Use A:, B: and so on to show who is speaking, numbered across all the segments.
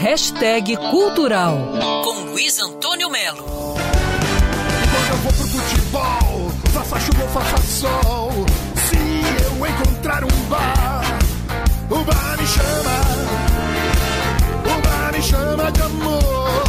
A: #cultural com Luiz Antônio Melo.
B: Quando eu vou pro futebol, faça chuva ou faça sol, se eu encontrar um bar, o bar me chama de amor.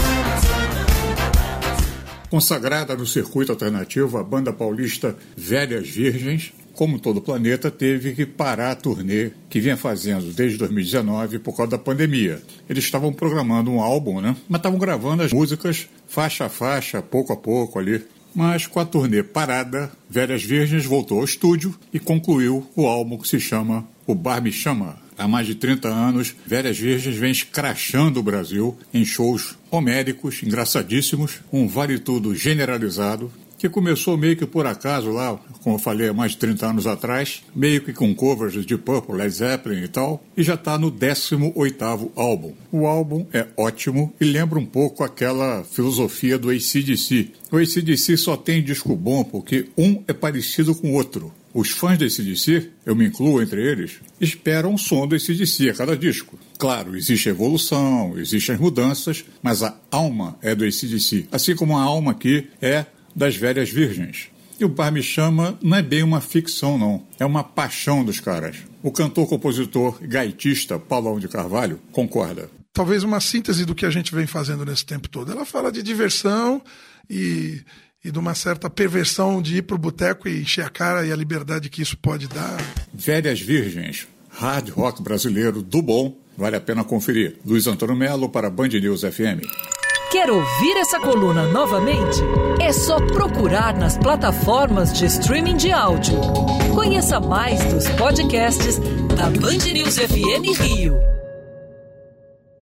C: Consagrada no circuito alternativo, a banda paulista Velhas Virgens, como todo o planeta, teve que parar a turnê que vinha fazendo desde 2019 por causa da pandemia. Eles estavam programando um álbum, né? Mas estavam gravando as músicas faixa a faixa, pouco a pouco ali. Mas com a turnê parada, Velhas Virgens voltou ao estúdio e concluiu o álbum que se chama O Bar Me Chama. Há mais de 30 anos, Velhas Virgens vem escrachando o Brasil em shows homéricos, engraçadíssimos, um vale-tudo generalizado, que começou meio que por acaso lá, como eu falei, há mais de 30 anos atrás, meio que com covers de Purple, Led Zeppelin e tal, e já está no 18º álbum. O álbum é ótimo e lembra um pouco aquela filosofia do AC/DC. O AC/DC só tem disco bom porque um é parecido com o outro. Os fãs do AC/DC, eu me incluo entre eles, esperam o som do AC/DC a cada disco. Claro, existe a evolução, existem as mudanças, mas a alma é do AC/DC, assim como a alma aqui é das Velhas Virgens. E o Bar Me Chama não é bem uma ficção, não. É uma paixão dos caras. O cantor, compositor e gaitista Paulão de Carvalho concorda.
D: Talvez uma síntese do que a gente vem fazendo nesse tempo todo. Ela fala de diversão e de uma certa perversão de ir pro boteco e encher a cara e a liberdade que isso pode dar.
C: Velhas Virgens, hard rock brasileiro do bom, vale a pena conferir. Luiz Antônio Melo para Band News FM.
A: Quer ouvir essa coluna novamente? É só procurar nas plataformas de streaming de áudio. Conheça mais dos podcasts da Band News FM Rio.